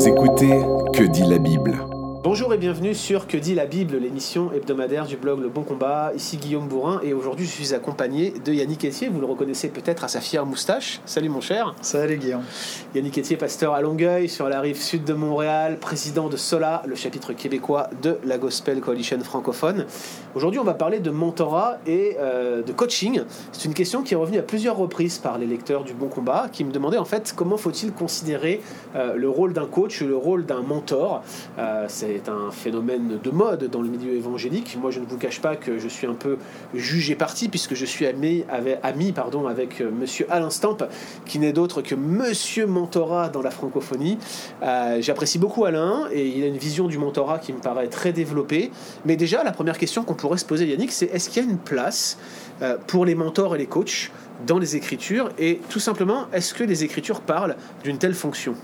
Vous écoutez Que dit la Bible ? Bonjour et bienvenue sur Que dit la Bible, l'émission hebdomadaire du blog Le Bon Combat. Ici Guillaume Bourrin et aujourd'hui je suis accompagné de Yannick Etier. Vous le reconnaissez peut-être à sa fière moustache. Salut mon cher. Salut Guillaume. Yannick Etier, pasteur à Longueuil, sur la rive sud de Montréal, président de SOLA, le chapitre québécois de la Gospel Coalition francophone. Aujourd'hui on va parler de mentorat et de coaching. C'est une question qui est revenue à plusieurs reprises par les lecteurs du Bon Combat qui me demandaient en fait comment faut-il considérer le rôle d'un coach, le rôle d'un mentor. C'est un phénomène de mode dans le milieu évangélique. Moi, je ne vous cache pas que je suis un peu jugé parti puisque je suis ami avec Monsieur Alain Stamp, qui n'est d'autre que Monsieur Mentorat dans la francophonie. J'apprécie beaucoup Alain et il a une vision du mentorat qui me paraît très développée. Mais déjà, la première question qu'on pourrait se poser, Yannick, c'est est-ce qu'il y a une place pour les mentors et les coachs dans les Écritures? Et tout simplement, est-ce que les Écritures parlent d'une telle fonction?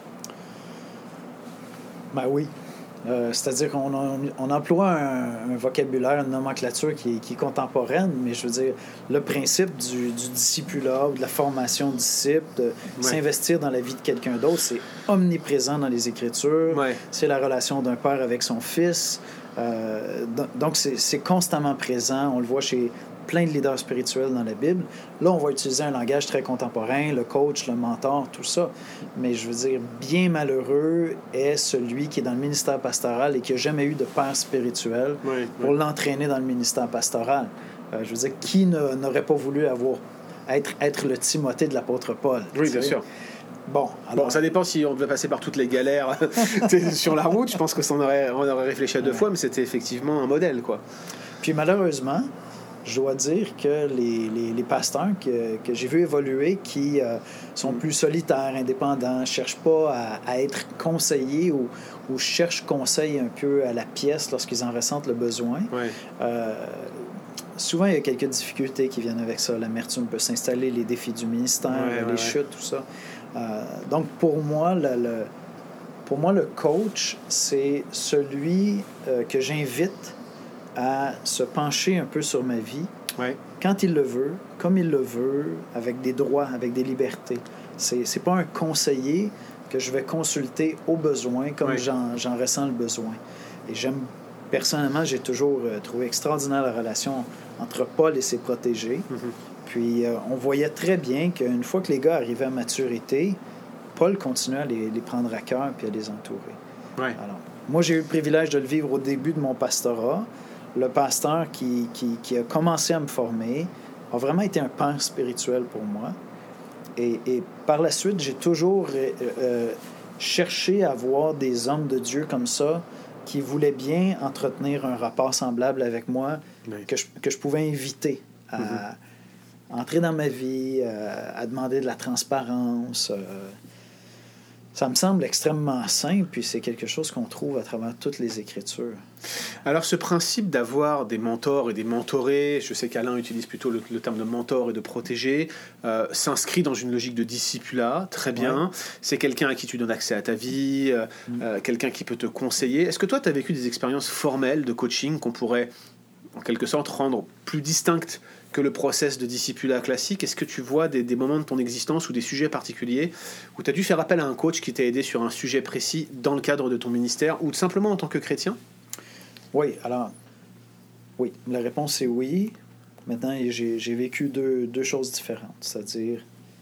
Ben oui. C'est-à-dire qu'on emploie un vocabulaire, une nomenclature qui est contemporaine, mais je veux dire, le principe du discipulat ou de la formation de disciples, de s'investir dans la vie de quelqu'un d'autre, c'est omniprésent dans les Écritures. Ouais. C'est la relation d'un père avec son fils. Donc, c'est constamment présent. On le voit chez plein de leaders spirituels dans la Bible. Là, on va utiliser un langage très contemporain, le coach, le mentor, tout ça. Mais je veux dire, bien malheureux est celui qui est dans le ministère pastoral et qui n'a jamais eu de père spirituel pour l'entraîner dans le ministère pastoral. Je veux dire, qui n'aurait pas voulu être le Timothée de l'apôtre Paul? Oui, bien sûr. Bon, ça dépend si on devait passer par toutes les galères sur la route. Je pense qu'on aurait réfléchi à deux fois, mais c'était effectivement un modèle, quoi. Puis malheureusement, je dois dire que les pasteurs que j'ai vu évoluer, qui sont plus solitaires, indépendants, ne cherchent pas à être conseillés ou cherchent conseil un peu à la pièce lorsqu'ils en ressentent le besoin. Souvent, il y a quelques difficultés qui viennent avec ça. L'amertume peut s'installer, les défis du ministère, les chutes, tout ça. Donc, pour moi, le coach, c'est celui que j'invite à se pencher un peu sur ma vie, quand il le veut, comme il le veut, avec des droits, avec des libertés. C'est pas un conseiller que je vais consulter au besoin, comme j'en ressens le besoin. Et personnellement, j'ai toujours trouvé extraordinaire la relation entre Paul et ses protégés. Puis, on voyait très bien qu'une fois que les gars arrivaient à maturité, Paul continuait à les prendre à cœur puis à les entourer. Alors, moi, j'ai eu le privilège de le vivre au début de mon pastorat. Le pasteur qui a commencé à me former a vraiment été un père spirituel pour moi. Et par la suite, j'ai toujours cherché à voir des hommes de Dieu comme ça qui voulaient bien entretenir un rapport semblable avec moi, que je pouvais inviter à entrer dans ma vie, à demander de la transparence. Ça me semble extrêmement simple, puis c'est quelque chose qu'on trouve à travers toutes les Écritures. Alors, ce principe d'avoir des mentors et des mentorés, je sais qu'Alain utilise plutôt le terme de mentor et de protégé, s'inscrit dans une logique de discipulat, très bien. C'est quelqu'un à qui tu donnes accès à ta vie, quelqu'un qui peut te conseiller. Est-ce que toi, tu as vécu des expériences formelles de coaching qu'on pourrait, en quelque sorte, rendre plus distinctes que le process de discipulat classique? Est-ce que tu vois des moments de ton existence ou des sujets particuliers où tu as dû faire appel à un coach qui t'a aidé sur un sujet précis dans le cadre de ton ministère ou simplement en tant que chrétien? Oui, la réponse est oui. Maintenant, j'ai vécu deux choses différentes. C'est-à-dire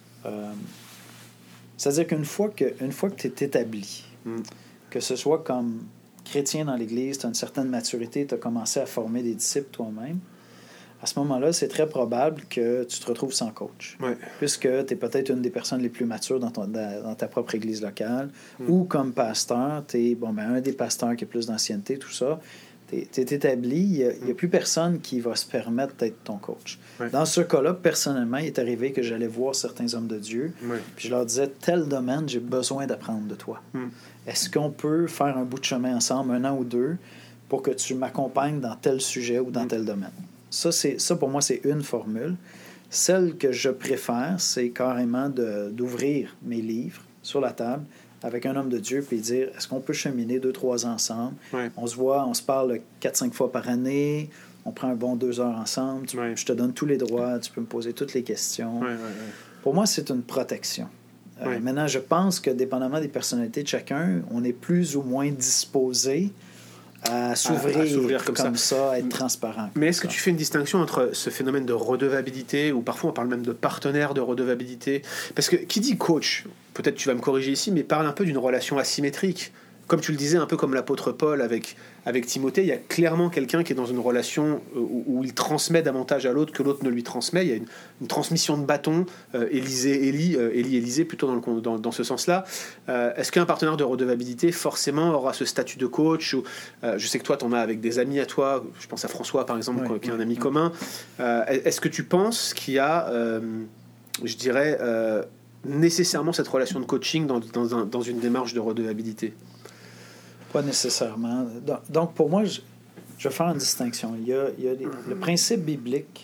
qu'une fois que tu es établi, que ce soit comme chrétien dans l'Église, tu as une certaine maturité, tu as commencé à former des disciples toi-même, à ce moment-là, c'est très probable que tu te retrouves sans coach. Puisque tu es peut-être une des personnes les plus matures dans ta propre église locale, ou comme pasteur, tu es un des pasteurs qui a plus d'ancienneté, tout ça. Tu es établi, il n'y a plus personne qui va se permettre d'être ton coach. Dans ce cas-là, personnellement, il est arrivé que j'allais voir certains hommes de Dieu, puis je leur disais, tel domaine, j'ai besoin d'apprendre de toi. Est-ce qu'on peut faire un bout de chemin ensemble, 1 an ou 2, pour que tu m'accompagnes dans tel sujet ou dans tel domaine? Ça, pour moi, c'est une formule. Celle que je préfère, c'est carrément d'ouvrir mes livres sur la table avec un homme de Dieu puis dire, est-ce qu'on peut cheminer 2-3 ans ensemble? On se voit, on se parle 4-5 fois par année, on prend un bon 2 heures ensemble, je te donne tous les droits, tu peux me poser toutes les questions. Pour moi, c'est une protection. Oui. Maintenant, je pense que, dépendamment des personnalités de chacun, on est plus ou moins disposé à s'ouvrir comme ça, à être transparent. Mais est-ce que tu fais une distinction entre ce phénomène de redevabilité, ou parfois on parle même de partenaire de redevabilité? Parce que qui dit coach, peut-être tu vas me corriger ici, mais parle un peu d'une relation asymétrique. Comme tu le disais, un peu comme l'apôtre Paul avec Timothée, il y a clairement quelqu'un qui est dans une relation où il transmet davantage à l'autre que l'autre ne lui transmet. Il y a une transmission de bâton, Élie-Élysée, plutôt dans ce sens-là. Est-ce qu'un partenaire de redevabilité, forcément, aura ce statut de coach je sais que toi, tu en as avec des amis à toi. Je pense à François, par exemple, qui est un ami commun. Est-ce que tu penses qu'il y a, je dirais, nécessairement cette relation de coaching dans une démarche de redevabilité? Pas nécessairement. Donc, pour moi, je vais faire une distinction. Il y a le principe biblique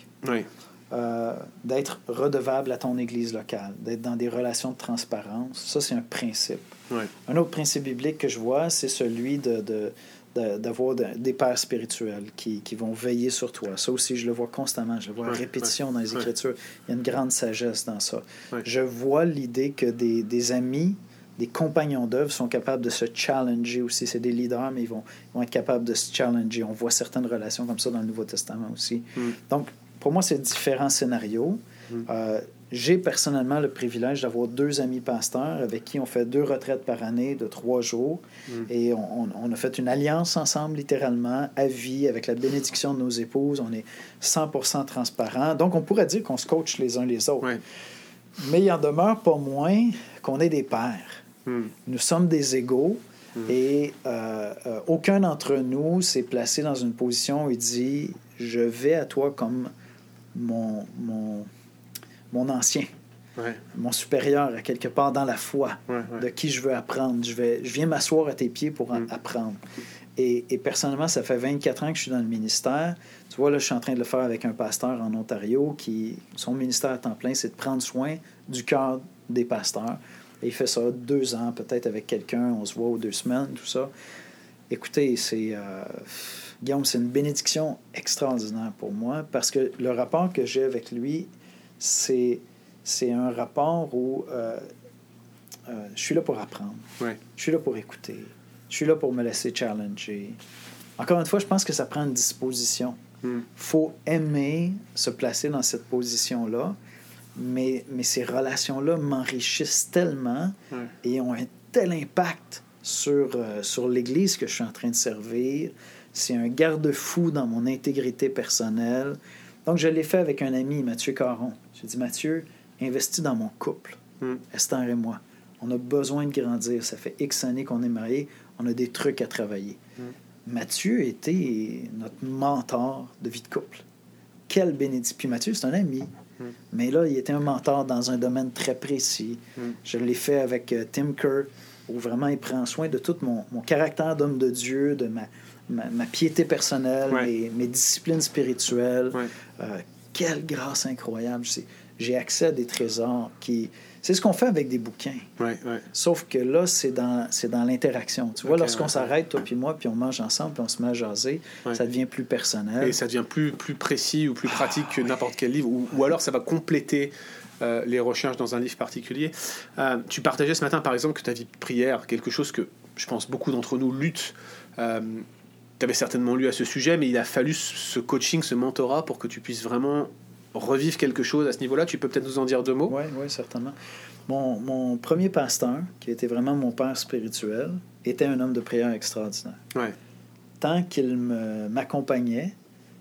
d'être redevable à ton église locale, d'être dans des relations de transparence. Ça, c'est un principe. Oui. Un autre principe biblique que je vois, c'est celui d'avoir des pères spirituels qui vont veiller sur toi. Ça aussi, je le vois constamment. Je le vois à répétition dans les Écritures. Il y a une grande sagesse dans ça. Je vois l'idée que des amis, des compagnons d'œuvre sont capables de se challenger aussi. C'est des leaders, mais ils vont être capables de se challenger. On voit certaines relations comme ça dans le Nouveau Testament aussi. Donc, pour moi, c'est différents scénarios. J'ai personnellement le privilège d'avoir 2 amis pasteurs avec qui on fait 2 retraites par année de 3 jours. Et on a fait une alliance ensemble, littéralement, à vie, avec la bénédiction de nos épouses. On est 100% transparents. Donc, on pourrait dire qu'on se coach les uns les autres. Mais il en demeure pas moins qu'on est des pères. Nous sommes des égaux et aucun d'entre nous s'est placé dans une position où il dit « Je vais à toi comme mon ancien, mon supérieur à quelque part dans la foi, de qui je veux apprendre. Je viens m'asseoir à tes pieds pour apprendre. » Et personnellement, ça fait 24 ans que je suis dans le ministère. Tu vois, là, je suis en train de le faire avec un pasteur en Ontario son ministère à temps plein, c'est de prendre soin du cœur des pasteurs. Et il fait ça 2 ans, peut-être avec quelqu'un, on se voit aux 2 semaines, tout ça. Écoutez, Guillaume, c'est une bénédiction extraordinaire pour moi parce que le rapport que j'ai avec lui, c'est un rapport où je suis là pour apprendre. Je suis là pour écouter. Je suis là pour me laisser challenger. Encore une fois, je pense que ça prend une disposition. Faut aimer se placer dans cette position-là, mais ces relations-là m'enrichissent tellement et ont un tel impact sur l'Église que je suis en train de servir. C'est un garde-fou dans mon intégrité personnelle. Donc, je l'ai fait avec un ami, Mathieu Caron. J'ai dit, Mathieu, investis dans mon couple, Esther et moi. On a besoin de grandir. Ça fait X années qu'on est mariés. On a des trucs à travailler. Mathieu était notre mentor de vie de couple. Quelle bénédiction. Puis Mathieu, c'est un ami. Mais là, il était un mentor dans un domaine très précis. Je l'ai fait avec Tim Kerr, où vraiment il prend soin de tout mon caractère d'homme de Dieu, de ma piété personnelle, mes disciplines spirituelles. Quelle grâce incroyable. J'ai accès à des trésors qui... C'est ce qu'on fait avec des bouquins. Sauf que là, c'est dans l'interaction. Tu vois, lorsqu'on s'arrête, toi puis moi, puis on mange ensemble, puis on se met à jaser, ça devient plus personnel. Et ça devient plus précis ou plus pratique que n'importe quel livre. Ou alors, ça va compléter les recherches dans un livre particulier. Tu partageais ce matin, par exemple, que ta vie de prière, quelque chose que je pense beaucoup d'entre nous luttent. Tu avais certainement lu à ce sujet, mais il a fallu ce coaching, ce mentorat pour que tu puisses vraiment revivre quelque chose à ce niveau-là. Tu peux peut-être nous en dire 2 mots? Oui, certainement. Mon premier pasteur, qui était vraiment mon père spirituel, était un homme de prière extraordinaire. Tant qu'il m'accompagnait,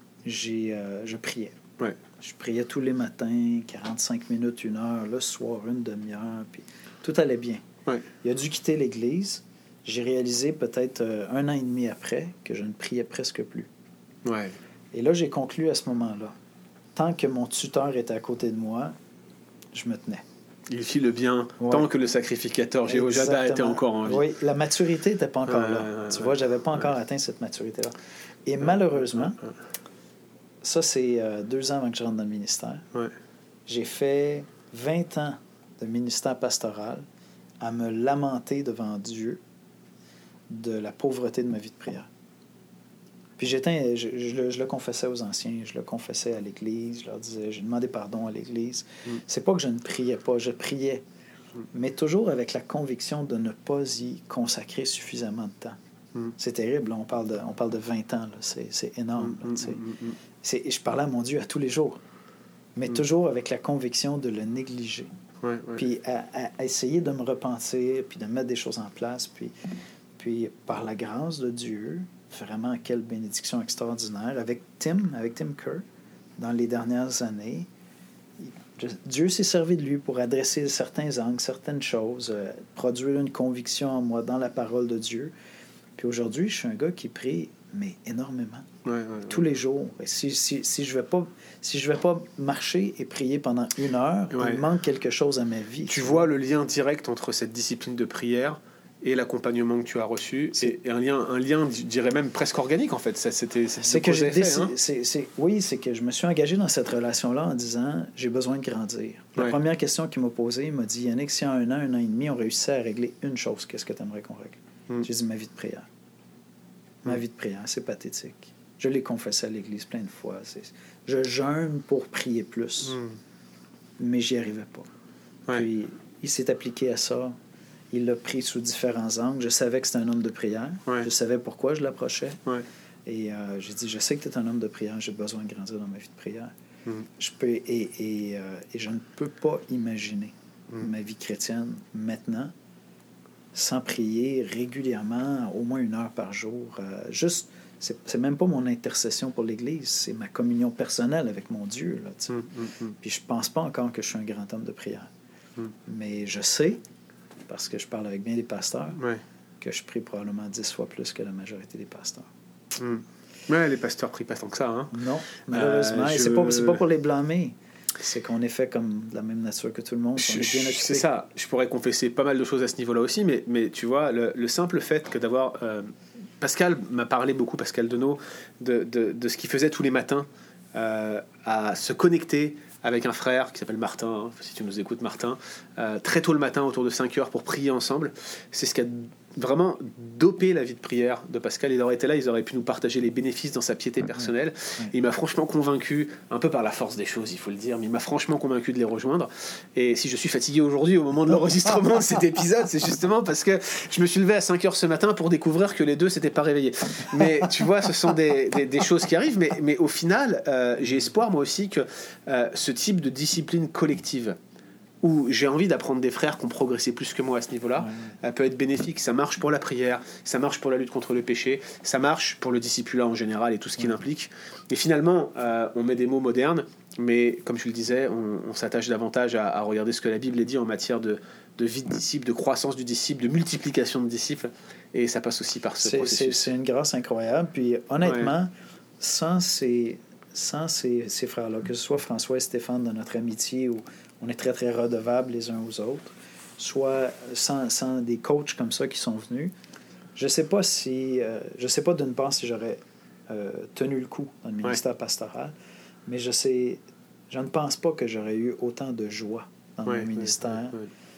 je priais. Je priais tous les matins, 45 minutes, 1 heure, le soir, 1 demi-heure, puis tout allait bien. Il a dû quitter l'Église. J'ai réalisé peut-être 1 an et demi après que je ne priais presque plus. Et là, j'ai conclu à ce moment-là. Tant que mon tuteur était à côté de moi, je me tenais. Il fit le bien tant que le sacrificateur Jéhoiada était encore en vie. Oui, la maturité n'était pas encore là. Tu vois, je n'avais pas encore atteint cette maturité-là. Et malheureusement, ça, c'est 2 ans avant que je rentre dans le ministère. J'ai fait 20 ans de ministère pastoral à me lamenter devant Dieu de la pauvreté de ma vie de prière. Puis je le confessais aux anciens, je le confessais à l'Église, je leur disais, j'ai demandé pardon à l'Église. C'est pas que je ne priais pas, je priais. mais toujours avec la conviction de ne pas y consacrer suffisamment de temps. C'est terrible, là, on parle de 20 ans, là. C'est énorme. Là, je parlais à mon Dieu à tous les jours, mais toujours avec la conviction de le négliger. Puis à essayer de me repentir, puis de mettre des choses en place, puis par la grâce de Dieu, vraiment quelle bénédiction extraordinaire, avec Tim Kerr, dans les dernières années, Dieu s'est servi de lui pour adresser certains angles, certaines choses, produire une conviction en moi dans la parole de Dieu. Puis aujourd'hui, je suis un gars qui prie, mais énormément. Tous les jours. Et si je vais pas marcher et prier pendant 1 heure, il manque quelque chose à ma vie. Tu vois le lien direct entre cette discipline de prière et l'accompagnement que tu as reçu, et un lien, je dirais même presque organique en fait. C'est que je me suis engagé dans cette relation-là en disant j'ai besoin de grandir. La première question qu'il m'a posée, il m'a dit Yannick, si en 1 an, 1 an et demi, on réussissait à régler une chose, qu'est-ce que tu aimerais qu'on règle? J'ai dit ma vie de prière. Ma vie de prière, c'est pathétique. Je l'ai confessé à l'Église plein de fois. Je jeûne pour prier plus, mais j'y arrivais pas. Puis il s'est appliqué à ça. Il l'a pris sous différents angles. Je savais que c'était un homme de prière. Je savais pourquoi je l'approchais. Et j'ai dit, je sais que tu es un homme de prière. J'ai besoin de grandir dans ma vie de prière. Et je ne peux pas imaginer ma vie chrétienne maintenant sans prier régulièrement, au moins 1 heure par jour. C'est même pas mon intercession pour l'Église, c'est ma communion personnelle avec mon Dieu. Là, Puis je pense pas encore que je suis un grand homme de prière. Mais je sais, parce que je parle avec bien des pasteurs, que je prie probablement 10 fois plus que la majorité des pasteurs. Les pasteurs prient pas tant que ça. Hein? Non, malheureusement. Et c'est pas pour les blâmer. C'est qu'on est fait comme de la même nature que tout le monde. C'est ça. Je pourrais confesser pas mal de choses à ce niveau-là aussi, mais tu vois, le simple fait que d'avoir... Pascal m'a parlé beaucoup, Pascal Denot, de ce qu'il faisait tous les matins à se connecter avec un frère qui s'appelle Martin, si tu nous écoutes Martin, très tôt le matin, autour de 5 heures, pour prier ensemble. C'est ce qui a vraiment dopé la vie de prière de Pascal. Il aurait été là, ils auraient pu nous partager les bénéfices dans sa piété personnelle. Et il m'a franchement convaincu, un peu par la force des choses, il faut le dire, mais il m'a franchement convaincu de les rejoindre. Et si je suis fatigué aujourd'hui au moment de l'enregistrement de cet épisode, c'est justement parce que je me suis levé à 5 heures ce matin pour découvrir que les deux s'étaient pas réveillés. Mais tu vois, ce sont des choses qui arrivent. Mais au final, j'ai espoir moi aussi que ce type de discipline collective, où j'ai envie d'apprendre des frères qui ont progressé plus que moi à ce niveau-là, peut être bénéfique. Ça marche pour la prière, ça marche pour la lutte contre le péché, ça marche pour le discipulat en général et tout ce qu'il implique. Et finalement, on met des mots modernes, mais comme tu le disais, on s'attache davantage à regarder ce que la Bible dit en matière de vie de disciple, de croissance du disciple, de multiplication de disciples, et ça passe aussi par ce processus. C'est une grâce incroyable. Puis honnêtement, sans ces frères-là, que ce soit François et Stéphane dans notre amitié, où on est très, très redevables les uns aux autres, soit sans des coachs comme ça qui sont venus, je sais pas d'une part si j'aurais tenu le coup dans le ministère pastoral, mais je ne pense pas que j'aurais eu autant de joie dans mon ministère.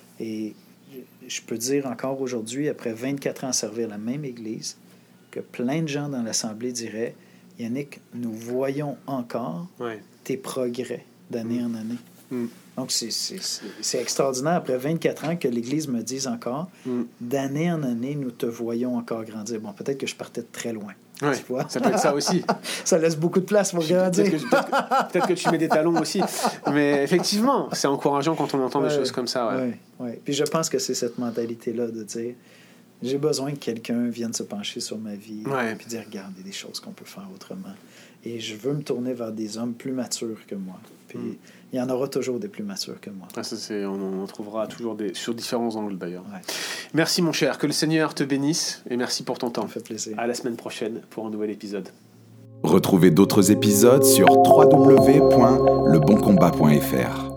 Et je peux dire encore aujourd'hui, après 24 ans à servir la même Église, que plein de gens dans l'Assemblée diraient « Yannick, nous voyons encore tes progrès d'année en année. » Donc, c'est extraordinaire, après 24 ans, que l'Église me dise encore d'année en année, nous te voyons encore grandir. Bon, peut-être que je partais de très loin. Ouais, tu vois? Ça peut être ça aussi. Ça laisse beaucoup de place pour grandir. Peut-être que tu mets des talons aussi. Mais effectivement, c'est encourageant quand on entend des choses comme ça. Ouais. Puis je pense que c'est cette mentalité-là de dire j'ai besoin que quelqu'un vienne se pencher sur ma vie puis dire regarde, il y a des choses qu'on peut faire autrement. Et je veux me tourner vers des hommes plus matures que moi. Puis il y en aura toujours des plus matures que moi. On en trouvera toujours sur différents angles d'ailleurs. Merci mon cher, que le Seigneur te bénisse et merci pour ton temps. Ça fait plaisir. À la semaine prochaine pour un nouvel épisode. Retrouvez d'autres épisodes sur www.leboncombat.fr.